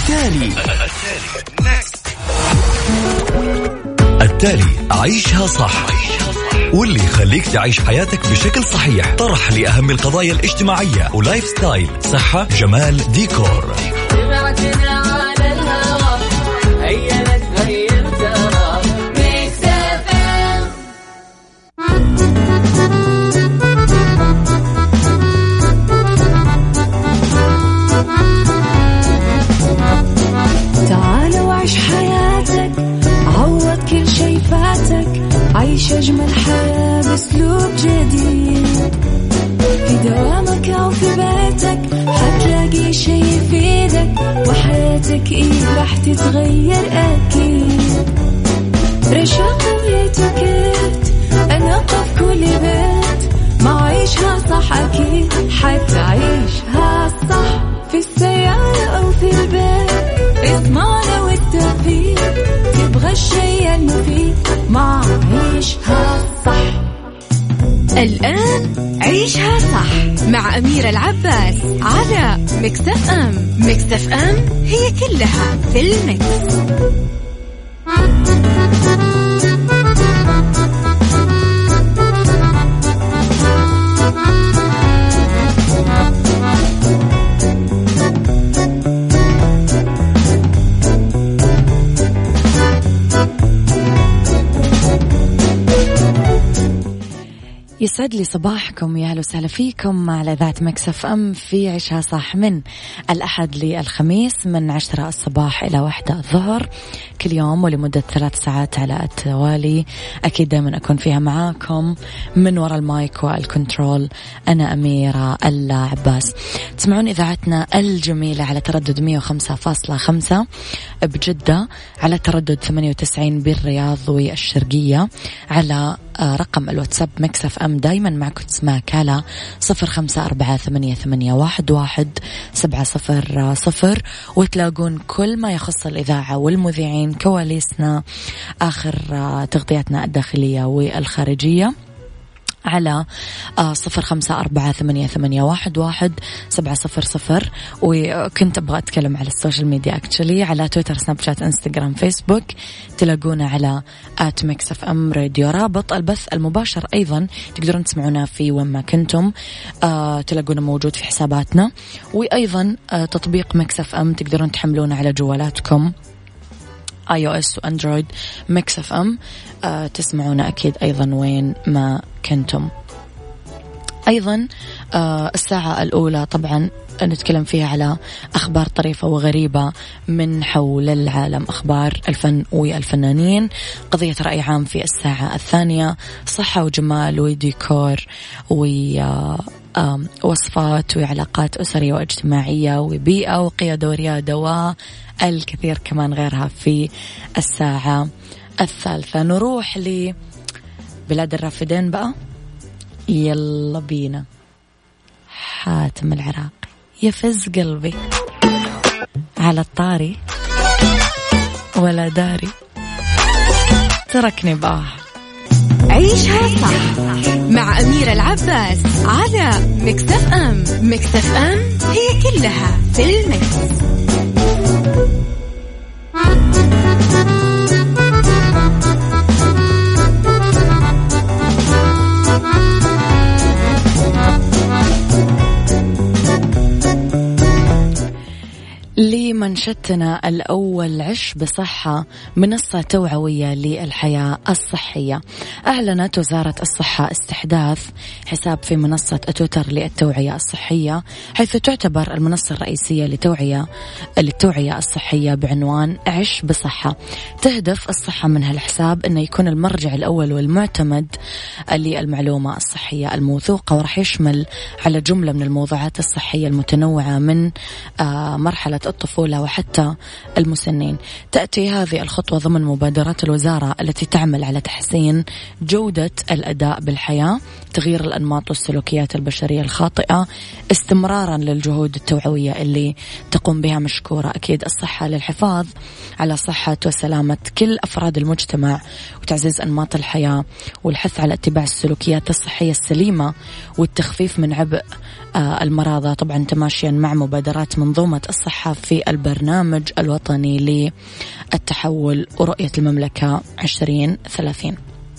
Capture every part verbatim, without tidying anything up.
التالي التالي عيشها صح، واللي يخليك تعيش حياتك بشكل صحيح. طرح لأهم القضايا الاجتماعية ولايف ستايل، صحة، جمال، ديكور. تعال وعيش حياتك، عوض كل شي فاتك، عيش أجمل حياة بأسلوب جديد. في دوامك أو في بيتك حتلاقي شي يفيدك، وحياتك إيه راح تتغير أكيد. رشاق ويتوكيت أنا قف كل بيت، ما عيشها صح أكيد حتعيشها صح. في السيارة أو في البيت اسمعنا والتوفيق، تبغى الشيء المفيد ما عيشها صح. الآن عيشها صح مع أميرة العباس على ميكس اف ام. ميكس اف ام هي كلها في الميكس. يسعد لي صباحكم، يا هلا وسهلا فيكم على إذاعة ميكس اف ام في عيشها صح، من الأحد للخميس من عشرة الصباح إلى واحدة الظهر كل يوم، ولمدة ثلاث ساعات على التوالي. أكيد دائما أكون فيها معاكم من وراء المايك والكنترول. أنا أميرة العباس. تسمعون إذاعتنا الجميلة على تردد مية وخمسة فاصلة خمسة بجدة، على تردد ثمانية وتسعين بالرياض والشرقية، على رقم الواتساب ميكس اف ام دايما معكم تسمعك على صفر خمسة أربعة ثمانية ثمانية واحد واحد سبعة صفر صفر، وتلاقون كل ما يخص الإذاعة والمذيعين، كواليسنا، آخر تغطياتنا الداخلية والخارجية على صفر خمسة أربعة ثمانية ثمانية واحد واحد سبعة صفر صفر. وكنت أبغى أتكلم على السوشيال ميديا أكتشلي، على تويتر، سناب شات، إنستغرام، فيسبوك، تلاقونا على آت ميكس اف ام راديو. رابط البث المباشر أيضا تقدرون تسمعونا في وين ما كنتم، آه تلاقونا موجود في حساباتنا، وأيضا آه تطبيق ميكس اف ام تقدرون تحملونه على جوالاتكم آي أو إس وأندرويد. ميكس اف ام آه تسمعونا أكيد أيضا وين ما كنتم. أيضا آه الساعة الأولى طبعا نتكلم فيها على أخبار طريفة وغريبة من حول العالم، أخبار الفن والفنانين، قضية رأي عام في الساعة الثانية، صحة وجمال وديكور ووصفات وعلاقات أسرية واجتماعية وبيئة وقيادة وريادة والكثير كمان غيرها في الساعة الثالثة. نروح لبلاد الرافدين بقى، يلا بينا. حاتم العراقي يفز قلبي على الطاري ولا داري، تركني باه. عيشها صح مع أميرة العباس على ميكس اف ام. ميكس اف ام هي كلها في الميكس. لمنشتنا الأول، عش بصحة، منصة توعوية للحياة الصحية. أعلنت وزارة الصحة استحداث حساب في منصة تويتر للتوعية الصحية، حيث تعتبر المنصة الرئيسية لتوعية للتوعية الصحية بعنوان عش بصحة. تهدف الصحة من هالحساب أنه يكون المرجع الأول والمعتمد للمعلومة الصحية الموثوقة، ورح يشمل على جملة من الموضوعات الصحية المتنوعة من مرحلة الطفولة وحتى المسنين. تأتي هذه الخطوة ضمن مبادرات الوزارة التي تعمل على تحسين جودة الأداء بالحياة، تغيير الأنماط والسلوكيات البشرية الخاطئة، استمرارا للجهود التوعوية اللي تقوم بها مشكورة أكيد الصحة للحفاظ على صحة وسلامة كل أفراد المجتمع، وتعزيز أنماط الحياة، والحث على اتباع السلوكيات الصحية السليمة، والتخفيف من عبء المرضى، طبعا تماشيا مع مبادرات منظومة الصحة في في البرنامج الوطني للتحول ورؤية المملكة عشرين ثلاثين.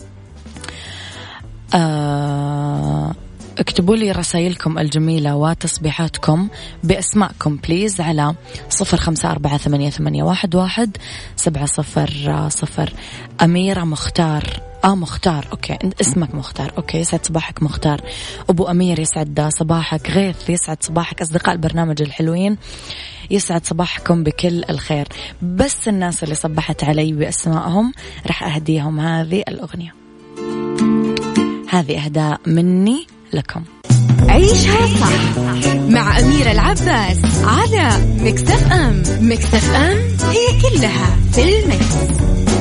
آه اكتبوا لي رسائلكم الجميلة وتصبيحاتكم بأسماءكم بليز على صفر خمسة أربعة ثمانية ثمانية واحد واحد سبعة صفر صفر. أميرة مختار آه مختار أوكي اسمك مختار أوكي يسعد صباحك مختار. أبو أمير يسعد صباحك. غيث يسعد صباحك. أصدقاء البرنامج الحلوين يسعد صباحكم بكل الخير. بس الناس اللي صبحت علي بأسمائهم رح أهديهم هذه الأغنية. هذه أهداء مني لكم. عيشها صح مع أميرة العباس على ميكس اف ام. ميكس اف ام هي كلها في الميكس.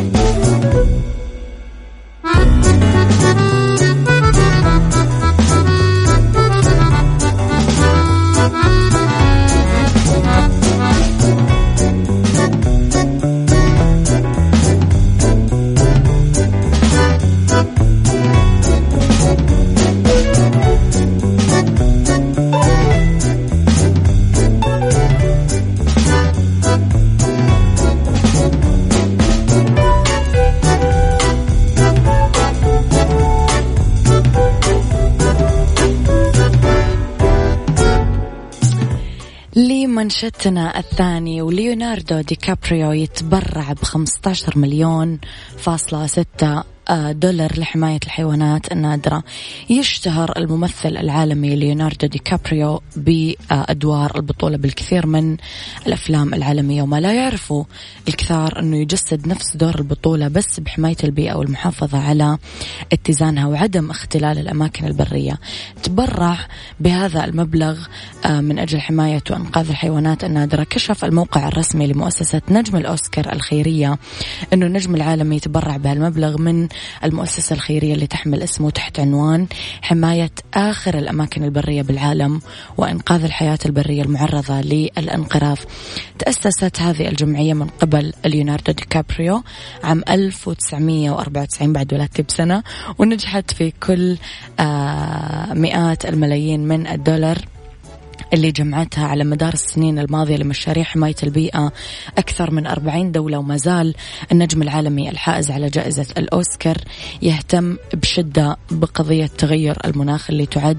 منشتنا الثاني. وليوناردو دي كابريو يتبرع بخمسة عشر مليون فاصلة ستة دولار لحماية الحيوانات النادرة. يشتهر الممثل العالمي ليوناردو دي كابريو بأدوار البطولة بالكثير من الأفلام العالمية، وما لا يعرفوا الكثار أنه يجسد نفس دور البطولة بس بحماية البيئة والمحافظة على اتزانها وعدم اختلال الأماكن البرية. تبرع بهذا المبلغ من أجل حماية وإنقاذ الحيوانات النادرة. كشف الموقع الرسمي لمؤسسة نجم الأوسكار الخيرية أنه النجم العالمي تبرع بهالمبلغ من المؤسسة الخيرية اللي تحمل اسمه تحت عنوان حماية آخر الأماكن البرية بالعالم وإنقاذ الحياة البرية المعرضة للانقراض. تأسست هذه الجمعية من قبل ليوناردو دي كابريو عام ألف وتسعمية وأربعة وتسعين بعد ولادتي بسنة، ونجحت في كل آه مئات الملايين من الدولار اللي جمعتها على مدار السنين الماضية لمشاريع حماية البيئة أكثر من أربعين دولة. وما زال النجم العالمي الحائز على جائزة الأوسكار يهتم بشدة بقضية تغير المناخ اللي تعد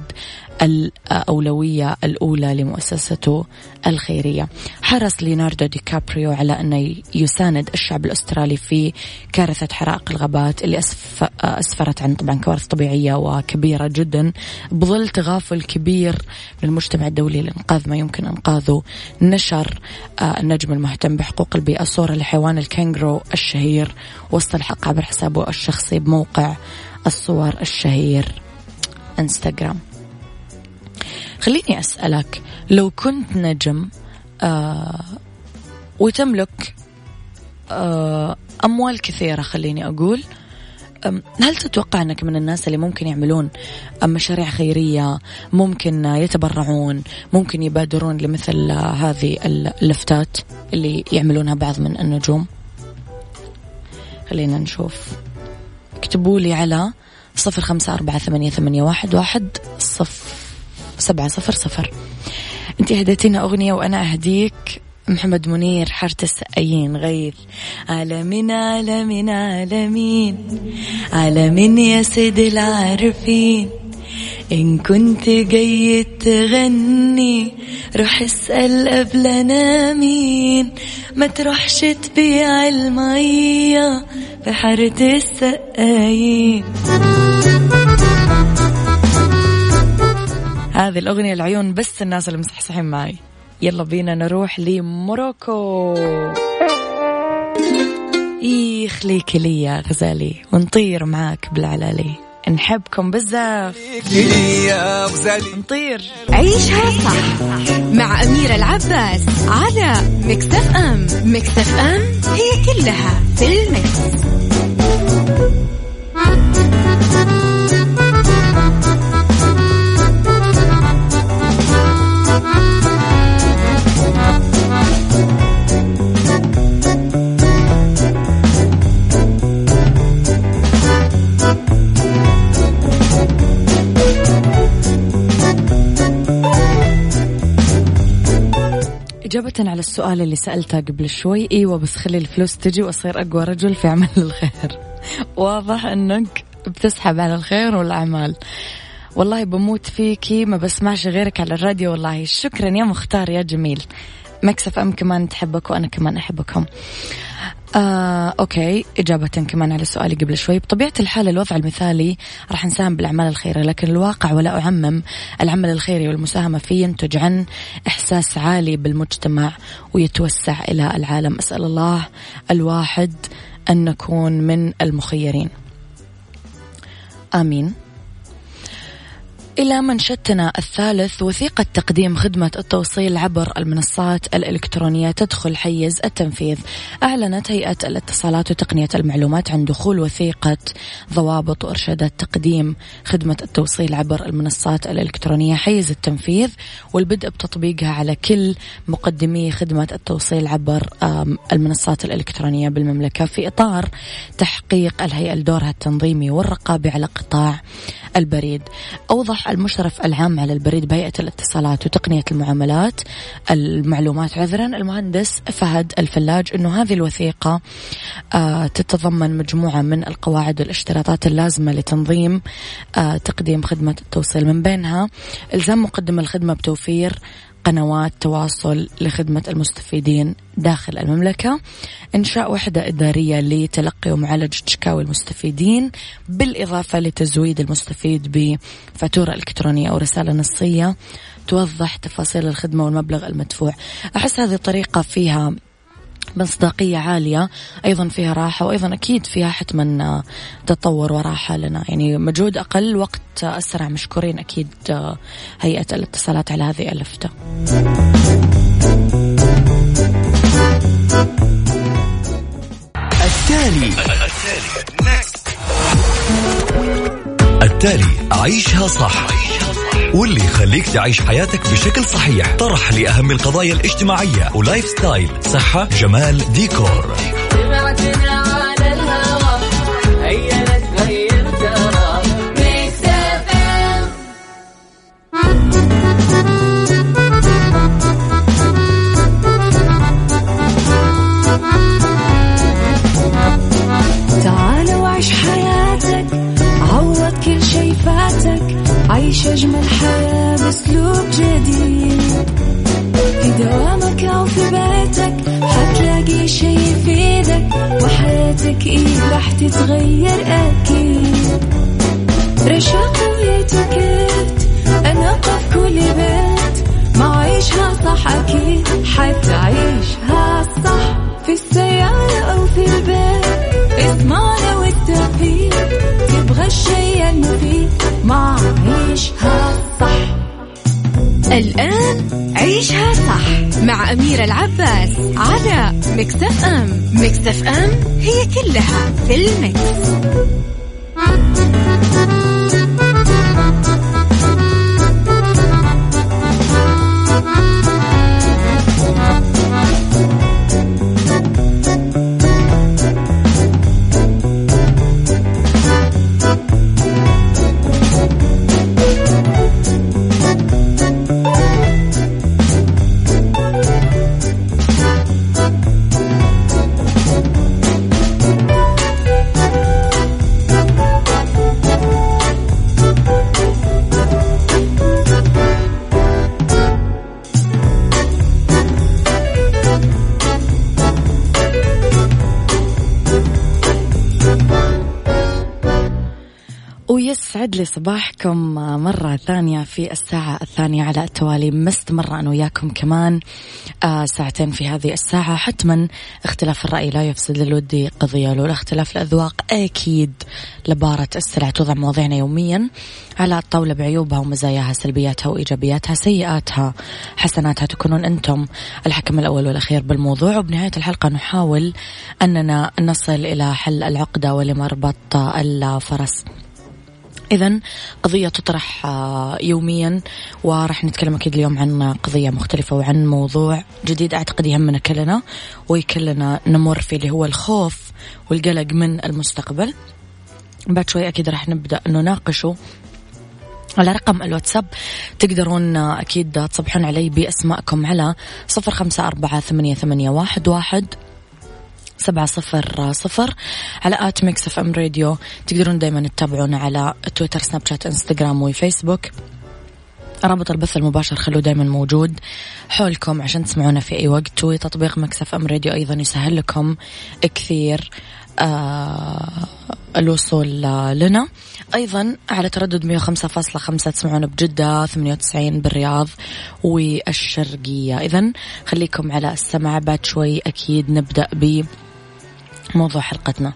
الأولوية الأولى لمؤسسته الخيرية. حرص ليوناردو دي كابريو على أنه يساند الشعب الأسترالي في كارثة حرائق الغابات اللي أسفرت عن طبعا كوارث طبيعية وكبيرة جدا بظل تغافل كبير من المجتمع الدولي لإنقاذ ما يمكن إنقاذه. نشر النجم المهتم بحقوق البيئة صورة لحيوان الكانجرو الشهير وسط الحلقة عبر حسابه الشخصي بموقع الصور الشهير انستغرام. خليني أسألك، لو كنت نجم آه وتملك آه أموال كثيرة، خليني أقول، هل تتوقع أنك من الناس اللي ممكن يعملون مشاريع خيرية، ممكن يتبرعون، ممكن يبادرون لمثل هذه اللفتات اللي يعملونها بعض من النجوم؟ خلينا نشوف. اكتبوا لي على صفر خمسة أربعة ثمانية ثمانية واحد واحد صفر سبعة صفر صفر. انت هديتينا أغنية وأنا أهديك محمد منير حارة السقايين. غيث عالمين عالمين عالمين عالمين يا سيد العارفين، إن كنت جاي تغني روح اسأل قبلنا مين، ما تروحش تبيع المية في حارة السقايين. هذه الأغنية العيون بس الناس اللي مصحصحين معي. يلا بينا نروح لموروكو. إيخ ليك لي يا غزالي ونطير معاك بالعلالي، نحبكم بزاف نطير. عيشها صح مع أميرة العباس على ميكس اف ام. ميكس اف ام هي كلها في الميكس. إجابة إجابة على السؤال اللي سألته قبل شوي، إيوة بس خلي الفلوس تجي وأصير أقوى رجل في عمل الخير. واضح أنك بتسحب على الخير والأعمال. والله بموت فيكي، ما بسمعش غيرك على الراديو. والله شكرا يا مختار يا جميل. مكس اف ام كمان تحبك وأنا كمان أحبكم. آه، أوكي، إجابة كمان على سؤالي قبل شوي. بطبيعة الحال الوضع المثالي راح نساهم بالأعمال الخيرة، لكن الواقع ولا أعمم العمل الخيري والمساهمة فيه ينتج عن إحساس عالي بالمجتمع ويتوسع إلى العالم. أسأل الله الواحد أن نكون من المخيرين، آمين. إلى منشدنا الثالث، وثيقة تقديم خدمة التوصيل عبر المنصات الإلكترونية تدخل حيز التنفيذ. أعلنت هيئة الاتصالات وتقنية المعلومات عن دخول وثيقة ضوابط وإرشادات تقديم خدمة التوصيل عبر المنصات الإلكترونية حيز التنفيذ، والبدء بتطبيقها على كل مقدمي خدمة التوصيل عبر المنصات الإلكترونية بالمملكة، في إطار تحقيق الهيئة لدورها التنظيمي والرقابي على قطاع البريد. أوضح المشرف العام على البريد بهيئة الاتصالات وتقنية المعاملات المعلومات عذرا المهندس فهد الفلاج أنه هذه الوثيقة آه تتضمن مجموعة من القواعد والاشتراطات اللازمة لتنظيم آه تقديم خدمة التوصيل، من بينها إلزام مقدم الخدمة بتوفير قنوات تواصل لخدمة المستفيدين داخل المملكة، إنشاء وحدة إدارية لتلقي ومعالجة شكاوي المستفيدين، بالإضافة لتزويد المستفيد بفاتورة إلكترونية أو رسالة نصية توضح تفاصيل الخدمة والمبلغ المدفوع. أحس هذه الطريقة فيها مصداقية عالية، أيضا فيها راحة، وأيضا أكيد فيها حتما تطور وراحة لنا، يعني مجهود أقل وقت أسرع. مشكورين أكيد هيئة الاتصالات على هذه اللفتة. التالي التالي عيشها صح، واللي يخليك تعيش حياتك بشكل صحيح. طرح لأهم القضايا الاجتماعية ولايف ستايل، صحة، جمال، ديكور. تعال وعيش حياتك، عوض كل شي فاتك، عيش أجمل حياة بأسلوب جديد. في دوامك أو في بيتك حتلاقي شي يفيدك، وحياتك إيه راح تتغير أكيد. رشاق ويتوكيت أنا قف كل بيت، ما عيشها صح أكيد حتعيشها صح. في السيارة أو في البيت اسمعنا والتوفيق، تبغى الشيء المفيد ما عيشها صح. الآن عيشها صح مع أميرة العباس على ميكس اف ام. ميكس اف ام هي كلها في الميكس. ويسعد لي صباحكم مرة ثانية في الساعة الثانية على التوالي. مستمرة أنا وياكم كمان آه ساعتين في هذه الساعة. حتما اختلاف الرأي لا يفسد للودي قضية، لولا اختلاف الأذواق أكيد لبارة السلع. توضع مواضيعنا يوميا على الطاولة بعيوبها ومزاياها، سلبياتها وإيجابياتها، سيئاتها حسناتها. تكونون أنتم الحكم الأول والأخير بالموضوع، وبنهاية الحلقة نحاول أننا نصل إلى حل العقدة ولمربط الفرس. إذن قضية تطرح يوميا، ورح نتكلم أكيد اليوم عن قضية مختلفة وعن موضوع جديد أعتقد يهمنا كلنا ويكلنا نمر فيه، اللي هو الخوف والقلق من المستقبل. بعد شوي أكيد رح نبدأ نناقشه على رقم الواتساب تقدرون أكيد تصبحون علي بأسماءكم على صفر خمسة أربعة ثمانية ثمانية واحد واحد سبعة صفر صفر على آت ميكس اف ام راديو. تقدرون دايما تتابعونا على تويتر سناب شات انستغرام وفيسبوك. رابط البث المباشر خلوه دايما موجود حولكم عشان تسمعونا في أي وقت. وتطبيق ميكس اف ام راديو أيضا يسهل لكم كثير آه الوصول لنا. أيضا على تردد مية وخمسة فاصلة خمسة تسمعونا بجدة، ثمانية وتسعين بالرياض والشرقية. إذن خليكم على السمع، بعد شوي أكيد نبدأ بموضوع حلقتنا.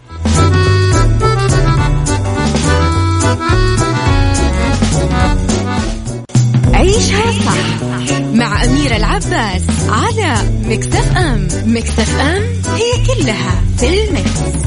عيشها صح مع أميرة العباس على ميكس اف ام. ميكس اف ام هي كلها في الميكس.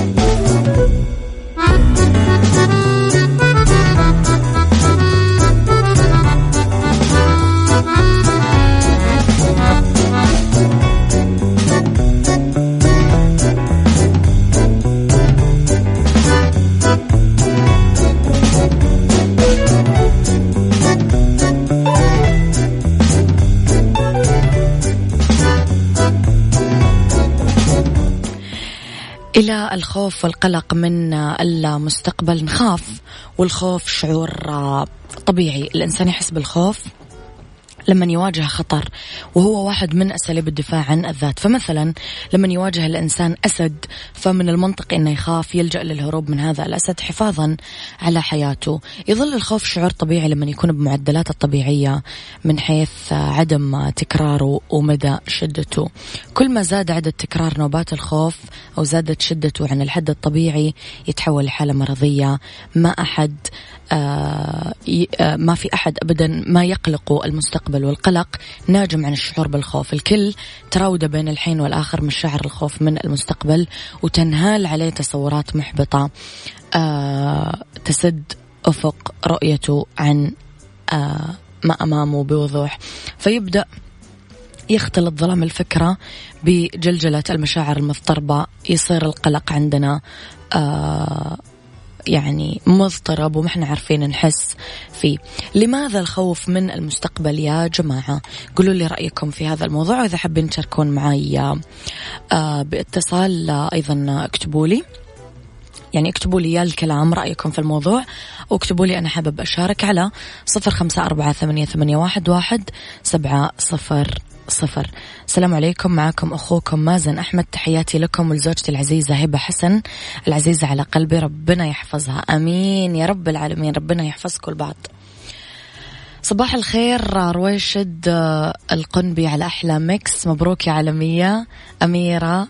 إلى الخوف والقلق من المستقبل. نخاف، والخوف شعور طبيعي. الإنسان يحس بالخوف لما يواجه خطر، وهو واحد من أساليب الدفاع عن الذات. فمثلا لما يواجه الإنسان أسد، فمن المنطق أنه يخاف، يلجأ للهروب من هذا الأسد حفاظا على حياته. يظل الخوف شعور طبيعي لما يكون بمعدلات الطبيعية من حيث عدم تكراره ومدى شدته. كل ما زاد عدد تكرار نوبات الخوف أو زادت شدته عن الحد الطبيعي يتحول لحالة مرضية. ما أحد آه ما في أحد أبدا ما يقلق المستقبل، والقلق ناجم عن الشعور بالخوف. الكل تراود بين الحين والآخر مشاعر الخوف من المستقبل، وتنهال عليه تصورات محبطة آه تسد أفق رؤيته عن آه ما أمامه بوضوح. فيبدأ يختلط ظلام الفكرة بجلجلة المشاعر المضطربة. يصير القلق عندنا آه يعني مضطرب وما احنا عارفين نحس فيه. لماذا الخوف من المستقبل يا جماعة؟ قولوا لي رأيكم في هذا الموضوع، وإذا حابين تشاركون معي آه باتصال آه أيضا اكتبوا لي، يعني اكتبوا لي يا الكلام رأيكم في الموضوع، واكتبوا لي أنا حابب أشارك على صفر خمسة أربعة ثمانية ثمانية واحد واحد سبعة صفر صفر. السلام عليكم، معكم أخوكم مازن أحمد، تحياتي لكم ولزوجتي العزيزة هبة حسن العزيزة على قلبي، ربنا يحفظها. أمين يا رب العالمين، ربنا يحفظكم البعض. صباح الخير رويشد القنبي على أحلى ميكس، مبروك يا عالمية. أميرة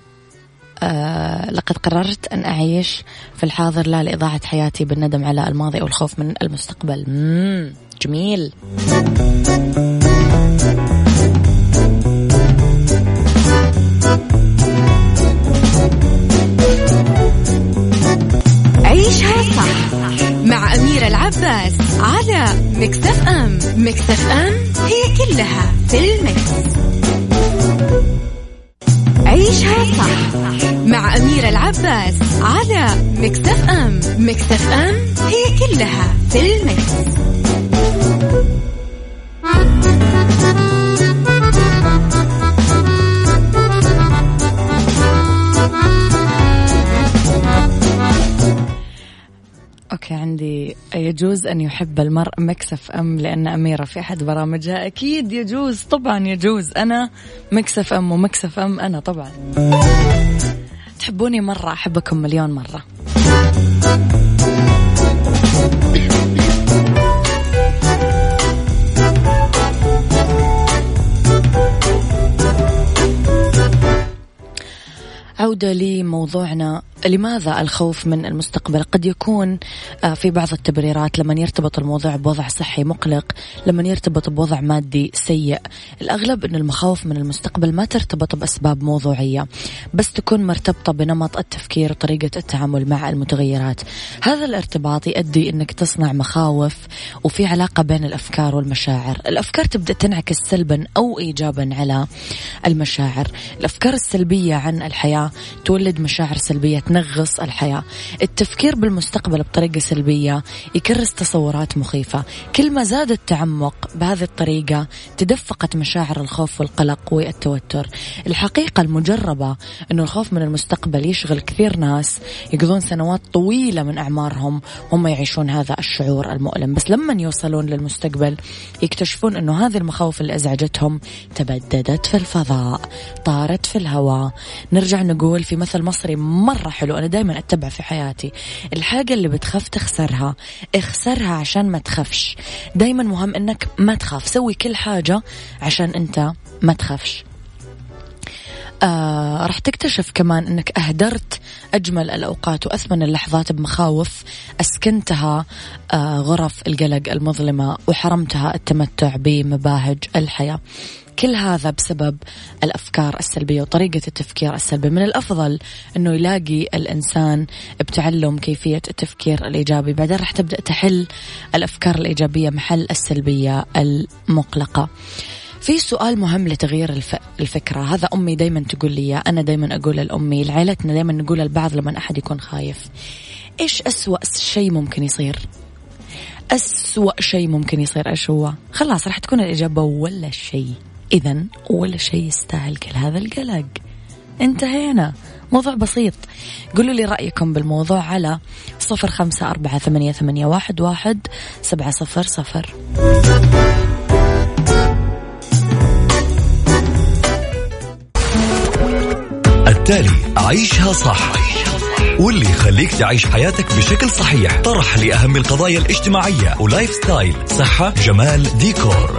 آه لقد قررت أن أعيش في الحاضر لا لإضاعة حياتي بالندم على الماضي أو الخوف من المستقبل. مم جميل. عيشها صح مع أميرة العباس على ميكس اف ام. ميكس اف ام هي كلها في الميكس. عيشها صح مع أميرة العباس على ميكس اف ام. ميكس اف ام هي كلها في الميكس. أوكي، عندي يجوز أن يحب المرء ميكس اف ام لأن أميرة في أحد برامجها. أكيد يجوز، طبعا يجوز. أنا ميكس اف ام وميكس اف ام أنا طبعا. تحبوني مرة، أحبكم مليون مرة. عودة لموضوعنا، لماذا الخوف من المستقبل؟ قد يكون في بعض التبريرات لما يرتبط الموضوع بوضع صحي مقلق، لما يرتبط بوضع مادي سيء. الأغلب أن المخاوف من المستقبل ما ترتبط بأسباب موضوعية، بس تكون مرتبطة بنمط التفكير وطريقة التعامل مع المتغيرات. هذا الارتباط يؤدي أنك تصنع مخاوف، وفي علاقة بين الأفكار والمشاعر. الأفكار تبدأ تنعكس سلبا أو إيجابا على المشاعر. الأفكار السلبية عن الحياة تولد مشاعر سلبية تنغص الحياة. التفكير بالمستقبل بطريقة سلبية يكرس تصورات مخيفة. كل ما زاد التعمق بهذه الطريقة تدفقت مشاعر الخوف والقلق والتوتر. الحقيقة المجربة أنه الخوف من المستقبل يشغل كثير ناس يقضون سنوات طويلة من أعمارهم هم يعيشون هذا الشعور المؤلم، بس لما يوصلون للمستقبل يكتشفون أنه هذه المخاوف اللي أزعجتهم تبددت في الفضاء، طارت في الهواء. نرجع نقول في مثل مصري مرة حلو أنا دايما أتبع في حياتي: الحاجة اللي بتخاف تخسرها اخسرها عشان ما تخافش. دايما مهم أنك ما تخاف، سوي كل حاجة عشان أنت ما تخافش. آه رح تكتشف كمان أنك أهدرت أجمل الأوقات وأثمن اللحظات بمخاوف أسكنتها آه غرف القلق المظلمة وحرمتها التمتع بمباهج الحياة. كل هذا بسبب الأفكار السلبية وطريقة التفكير السلبي. من الأفضل أنه يلاقي الإنسان بتعلم كيفية التفكير الإيجابي، بعدين رح تبدأ تحل الأفكار الإيجابية محل السلبية المقلقة. في سؤال مهم لتغيير الف... الفكرة، هذا أمي دايما تقول لي، أنا دايما أقول لأمي، لعائلتنا دايما نقول البعض لما أحد يكون خايف: إيش أسوأ شيء ممكن يصير؟ أسوأ شيء ممكن يصير إيش هو؟ خلاص رح تكون الإجابة ولا شيء. إذن ولا شيء يستاهل كل هذا القلق. انتهينا، موضوع بسيط. قولوا لي رأيكم بالموضوع على صفر خمسة أربعة ثمانية ثمانية واحد واحد سبعة صفر صفر. التالي عيشها صح، واللي يخليك تعيش حياتك بشكل صحيح. طرح لأهم القضايا الاجتماعية ولايف ستايل، صحة، جمال، ديكور.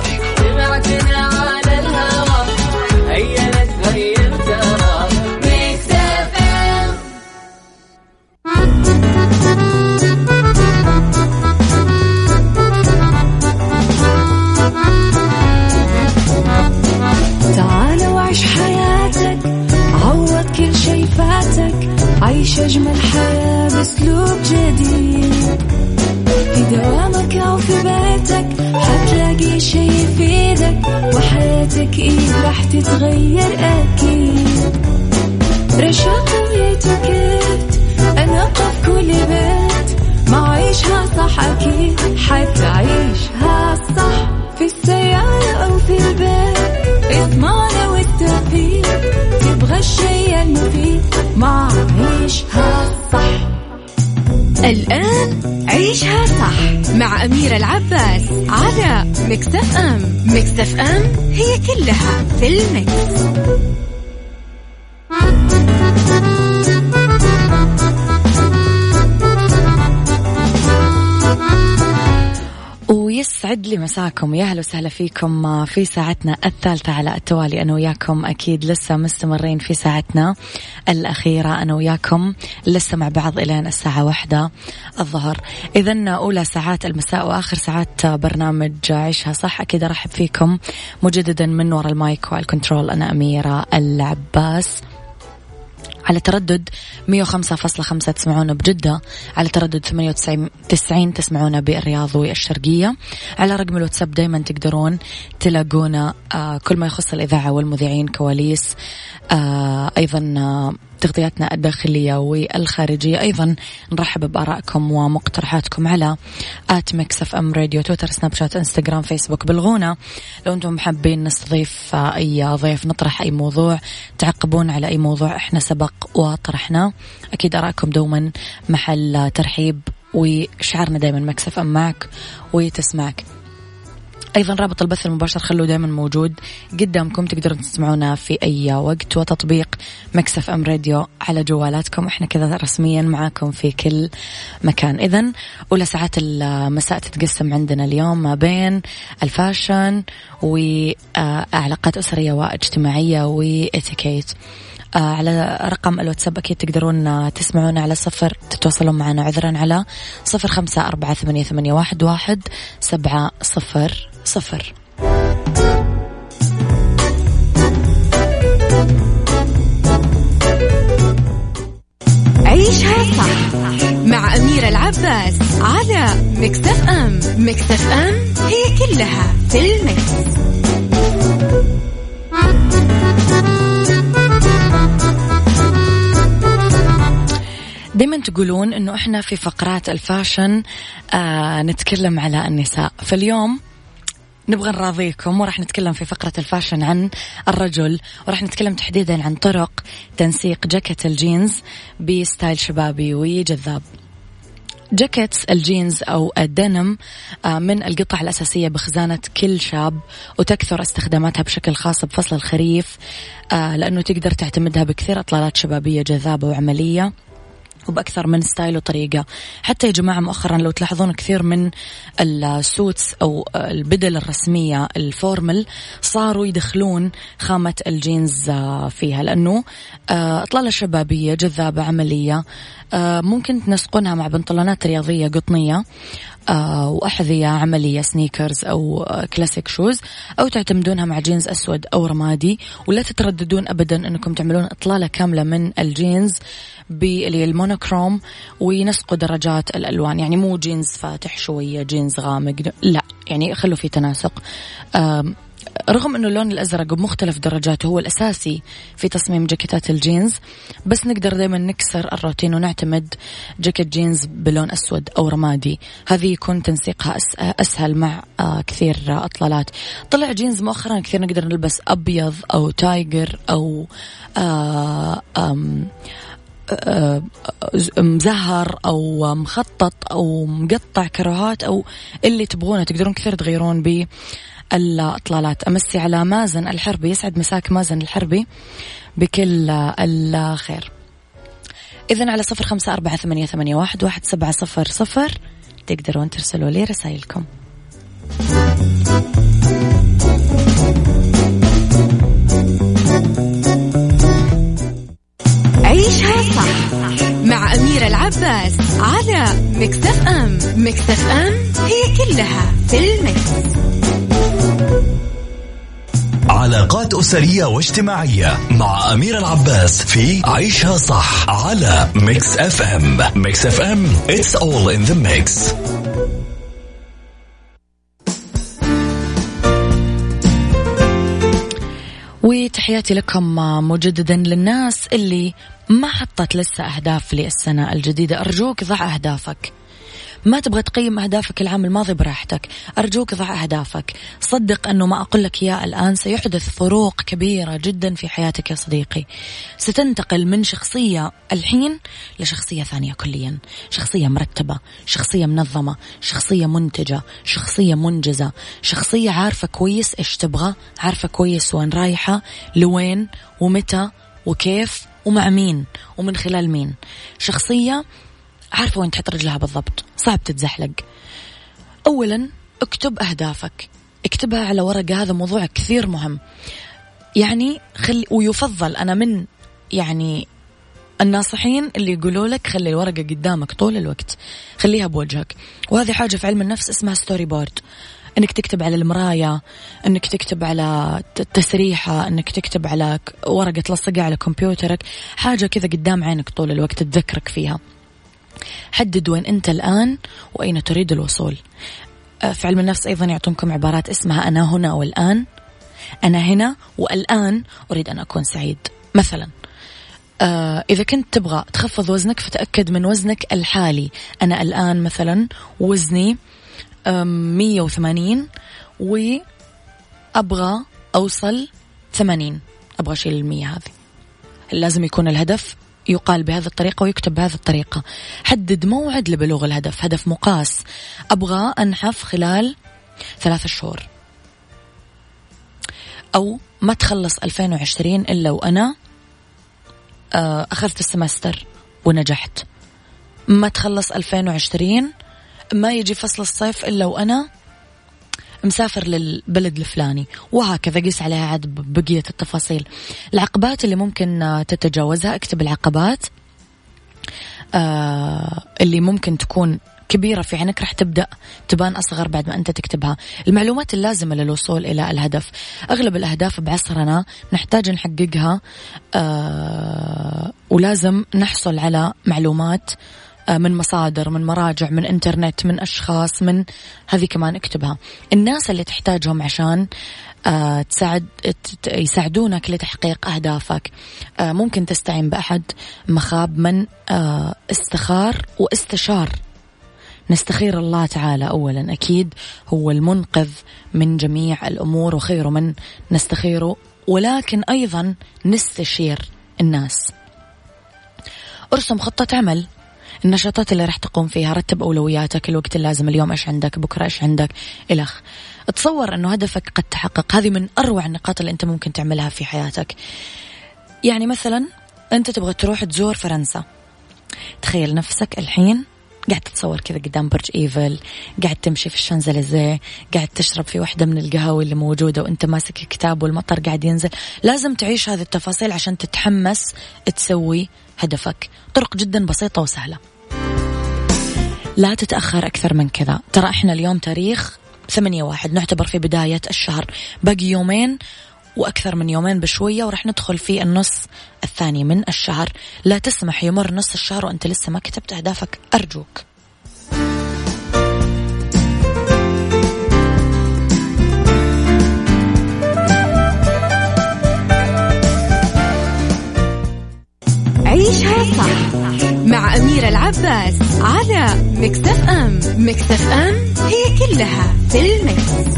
تعال وعيش حياتك، عوض كل شي فاتك، عيش أجمل حياة بأسلوب جديد. في دوامك أو في بيتك حتلاقي شي يفيدك، وحياتك إيه راح تتغير أكيد. رشاق ويتوكيت أنا قف كل بيت، ما عيشها صح أكيد حتعيشها صح. في السيارة أو في البيت اسمعنا والتوفيق، تبغى الشيء المفيد ما عيشها صح. الآن عيشها صح مع أميرة العباس على ميكس اف ام. ميكس اف ام هي كلها في الميكس. ويسعد لي مساكم، يا أهلا وسهلا فيكم في ساعتنا الثالثة على التوالي. أنا وياكم أكيد لسه مستمرين في ساعتنا الأخيرة، أنا وياكم لسه مع بعض إلى الساعة واحدة الظهر. إذن أولى ساعات المساء وآخر ساعات برنامج عيشها صح. أكيد أرحب فيكم مجددا من وراء المايك والكنترول، أنا أميرة العباس، على تردد مية وخمسة فاصلة خمسة تسمعونا بجدة، على تردد ثمانية وتسعين تسمعونا بالرياض والشرقية. على رقم الواتساب دايما تقدرون تلاقونا آه كل ما يخص الإذاعة والمذيعين، كواليس، آه أيضا آه تغطياتنا الداخلية والخارجية. أيضا نرحب بآرائكم ومقترحاتكم على آت ميكس اف ام راديو، تويتر، سناب شات، انستغرام، فيسبوك. بلغونا لو أنتم حابين نستضيف أي ضيف، نطرح أي موضوع، تعقبون على أي موضوع إحنا سبق وطرحنا. أكيد آرائكم دوما محل ترحيب، وشعرنا دايما ميكس اف ام معك وتسمعك. أيضا رابط البث المباشر خلوه دائما موجود قدامكم، تقدرون تسمعونا في أي وقت، وتطبيق ميكس اف ام راديو على جوالاتكم. إحنا كذا رسميا معاكم في كل مكان. إذن أولى ساعات المساء تتقسم عندنا اليوم ما بين الفاشن وعلاقات أسرية واجتماعية وإتيكيت. على رقم الواتساب أكيد تقدرون تسمعونا على صفر، تتواصلون معنا عذرا على صفر خمسة أربعة ثمانية ثمانية واحد واحد سبعة صفر صفر. عيشها صح مع أميرة العباس على ميكس اف ام. ميكس اف ام هي كلها في الميكس. دايما تقولون انه احنا في فقرات الفاشن آه نتكلم على النساء، فاليوم نبغى نراضيكم وراح نتكلم في فقرة الفاشن عن الرجل، وراح نتكلم تحديدا عن طرق تنسيق جاكيت الجينز بستايل شبابي وجذاب. جاكيتس الجينز أو الدنم من القطع الأساسية بخزانة كل شاب، وتكثر استخداماتها بشكل خاص بفصل الخريف لأنه تقدر تعتمدها بكثير إطلالات شبابية جذابة وعملية وبأكثر من ستايل وطريقة. حتى يا جماعة مؤخرا لو تلاحظون كثير من السوتس أو البدل الرسمية الفورمال صاروا يدخلون خامة الجينز فيها، لأنه إطلالة شبابية جذابة عملية، ممكن تنسقونها مع بنطلونات رياضية قطنية وأحذية عملية سنيكرز أو كلاسيك شوز، أو تعتمدونها مع جينز أسود أو رمادي. ولا تترددون أبدا أنكم تعملون إطلالة كاملة من الجينز بالمونوكروم وينسقوا درجات الألوان، يعني مو جينز فاتح شوية جينز غامق، لا يعني خلوا في تناسق. رغم أنه اللون الأزرق بمختلف درجاته هو الأساسي في تصميم جاكيتات الجينز، بس نقدر دايما نكسر الروتين ونعتمد جاكيت جينز بلون أسود أو رمادي، هذه يكون تنسيقها أسهل مع كثير أطلالات. طلع جينز مؤخرا كثير نقدر نلبس أبيض أو تايجر أو مزهر أو مخطط أو مقطع كروهات أو اللي تبغونه، تقدرون كثير تغيرون به الأطلالات. أمسي على مازن الحربي، يسعد مساك مازن الحربي بكل الخير. إذن على صفر خمسة أربعة ثمانية ثمانية واحد واحد سبعة صفر صفر تقدرون ترسلوا لي رسائلكم. عيشها صح مع أميرة العباس على ميكس اف ام. ميكس اف ام هي كلها في الميكس. علاقات أسرية واجتماعية مع أميرة العباس في عيشها صح على ميكس اف ام. ميكس اف ام it's all in the mix. وتحياتي لكم مجددا. للناس اللي ما حطت لسه أهداف للسنة الجديدة، أرجوك ضع أهدافك. ما تبغى تقيم أهدافك العام الماضي براحتك، أرجوك ضع أهدافك. صدق أنه ما أقول لك إياه الآن سيحدث فروق كبيرة جدا في حياتك يا صديقي. ستنتقل من شخصية الحين لشخصية ثانية كليا، شخصية مرتبة، شخصية منظمة، شخصية منتجة، شخصية منجزة، شخصية عارفة كويس إيش تبغى، عارفة كويس وين رايحة، لوين ومتى وكيف ومع مين ومن خلال مين. شخصية عارفة وين تحط رجلها بالضبط، صعب تتزحلق. أولا اكتب أهدافك، اكتبها على ورقة، هذا موضوع كثير مهم. يعني خلي، ويفضل أنا من يعني الناصحين اللي يقولوا لك خلي الورقة قدامك طول الوقت، خليها بوجهك. وهذه حاجة في علم النفس اسمها ستوري بورد، انك تكتب على المراية، انك تكتب على تسريحة، انك تكتب على ورقة تلصقها على كمبيوترك، حاجة كذا قدام عينك طول الوقت تذكرك فيها. حدد وين أنت الآن وأين تريد الوصول. في علم النفس أيضا يعطونكم عبارات اسمها أنا هنا والآن. أنا هنا والآن أريد أن أكون سعيد. مثلا إذا كنت تبغى تخفض وزنك فتأكد من وزنك الحالي. أنا الآن مثلا وزني مية وثمانين وأبغى أوصل ثمانين، أبغى أشيل المية. هذه لازم يكون الهدف يقال بهذه الطريقة ويكتب بهذه الطريقة. حدد موعد لبلوغ الهدف، هدف مقاس. أبغى أنحف خلال ثلاثة شهور، أو ما تخلص ألفين وعشرين إلا وأنا أخذت السمستر ونجحت. ما تخلص ألفين وعشرين، ما يجي فصل الصيف إلا وأنا مسافر للبلد الفلاني، وهكذا قيس عليها عاد بقية التفاصيل. العقبات اللي ممكن تتجاوزها، اكتب العقبات آه اللي ممكن تكون كبيرة في عينك راح تبدأ تبان أصغر بعد ما أنت تكتبها. المعلومات اللازمة للوصول إلى الهدف. أغلب الأهداف بعصرنا نحتاج نحققها آه ولازم نحصل على معلومات من مصادر، من مراجع، من انترنت، من أشخاص، من هذه كمان اكتبها. الناس اللي تحتاجهم عشان آه تساعد يساعدونك لتحقيق أهدافك. آه ممكن تستعين بأحد مخاب من آه استخار واستشار. نستخير الله تعالى أولا، أكيد هو المنقذ من جميع الأمور وخير من نستخيره، ولكن أيضا نستشير الناس. ارسم خطة عمل، النشاطات اللي راح تقوم فيها، رتب أولوياتك، الوقت اللازم، اليوم إيش عندك، بكرة إيش عندك، إلخ. تصور أنه هدفك قد تحقق. هذه من أروع النقاط اللي أنت ممكن تعملها في حياتك. يعني مثلا أنت تبغى تروح تزور فرنسا، تخيل نفسك الحين قاعد تتصور كذا قدام برج إيفل، قاعد تمشي في الشانزليزيه، قاعد تشرب في واحدة من القهاوي اللي موجودة وانت ماسك كتاب والمطر قاعد ينزل. لازم تعيش هذه التفاصيل عشان تتحمس تسوي هدفك. طرق جدا بسيطة وسهلة، لا تتأخر أكثر من كذا. ترى إحنا اليوم تاريخ ثمانية واحد، نعتبر في بداية الشهر، باقي يومين وأكثر من يومين بشوية ورح ندخل في النص الثاني من الشهر. لا تسمح يمر نص الشهر وأنت لسه ما كتبت أهدافك، أرجوك. عيشها صح مع أميرة العباس على ميكس اف ام. ميكس اف ام هي كلها في الميكس.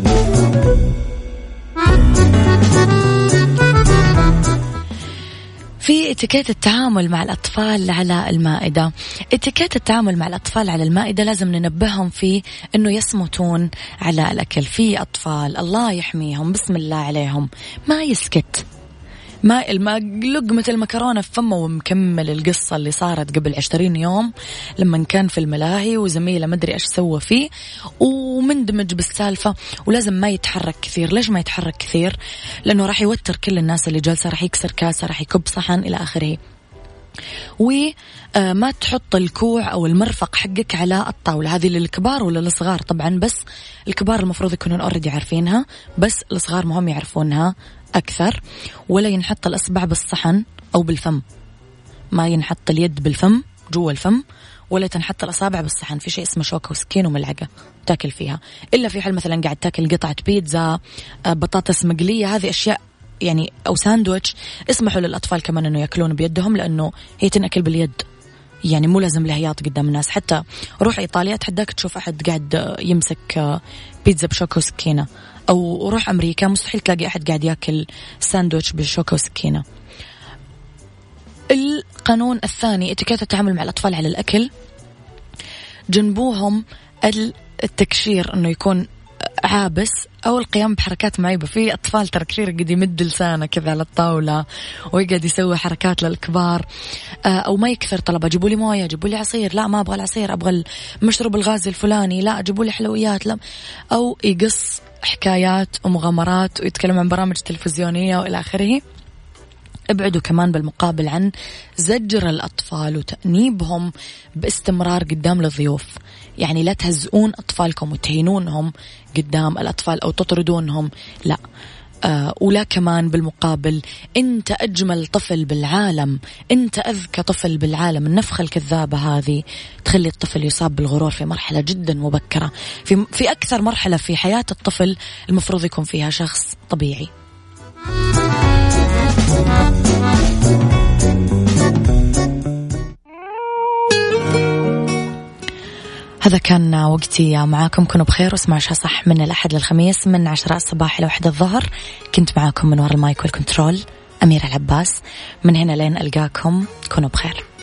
في اتيكيت التعامل مع الأطفال على المائدة. اتيكيت التعامل مع الأطفال على المائدة لازم ننبههم فيه أنه يصمتون على الأكل. في أطفال الله يحميهم بسم الله عليهم ما يسكت، ما لقمة المكرونة في فمه ومكمل القصة اللي صارت قبل عشرين يوم لما كان في الملاهي وزميله مدري إيش سوى فيه ومندمج بالسالفة، ولازم ما يتحرك كثير. ليش ما يتحرك كثير؟ لأنه راح يوتر كل الناس اللي جالسة، راح يكسر كاسة، راح يكب صحن إلى آخره. وما تحط الكوع أو المرفق حقك على الطاولة. هذه للكبار ولا للصغار طبعا، بس الكبار المفروض يكونون أوريدي عارفينها، بس الصغار مهم يعرفونها أكثر. ولا ينحط الأصبع بالصحن أو بالفم، ما ينحط اليد بالفم جوا الفم، ولا تنحط الأصابع بالصحن. في شيء اسمه شوكة وسكين وملعقة تاكل فيها، إلا في حال مثلا قاعد تاكل قطعة بيتزا، بطاطس مقلية، هذه أشياء يعني أو ساندويتش، اسمحوا للأطفال كمان أنه يأكلون بيدهم، لأنه هي تنأكل باليد، يعني مو لازم لهياط قدام الناس. حتى روح إيطاليا تحداك تشوف أحد قاعد يمسك بيتزا بشوكة وسكينة، أو روح أمريكا مستحيل تلاقي أحد قاعد يأكل ساندويتش بشوكة وسكينة. القانون الثاني اتيكيت التعامل مع الأطفال على الأكل، جنبوهم التكشير أنه يكون عابس أو القيام بحركات معيبة. في أطفال ترى كثير قد يمد لسانه كذا على الطاولة ويقعد يسوي حركات للكبار، أو ما يكثر طلبة، جيبوا لي موية، جيبوا لي عصير، لا ما أبغى العصير، أبغى المشروب الغازي الفلاني، لا جيبوا لي حلويات، لا. أو يقص حكايات ومغامرات ويتكلم عن برامج تلفزيونية وإلى آخره. ابعدوا كمان بالمقابل عن زجر الأطفال وتأنيبهم باستمرار قدام الضيوف. يعني لا تهزئون أطفالكم وتهينونهم قدام الأطفال أو تطردونهم، لا. آه ولا كمان بالمقابل أنت أجمل طفل بالعالم، أنت أذكى طفل بالعالم. النفخة الكذابة هذه تخلي الطفل يصاب بالغرور في مرحلة جدا مبكرة، في, في أكثر مرحلة في حياة الطفل المفروض يكون فيها شخص طبيعي. هذا كان وقتي معاكم، كونوا بخير واسمعوا عيشها صح من الأحد للخميس من عشرة الصباح إلى واحدة الظهر. كنت معاكم من وراء المايك والكنترول أميرة العباس. من هنا لين ألقاكم كونوا بخير.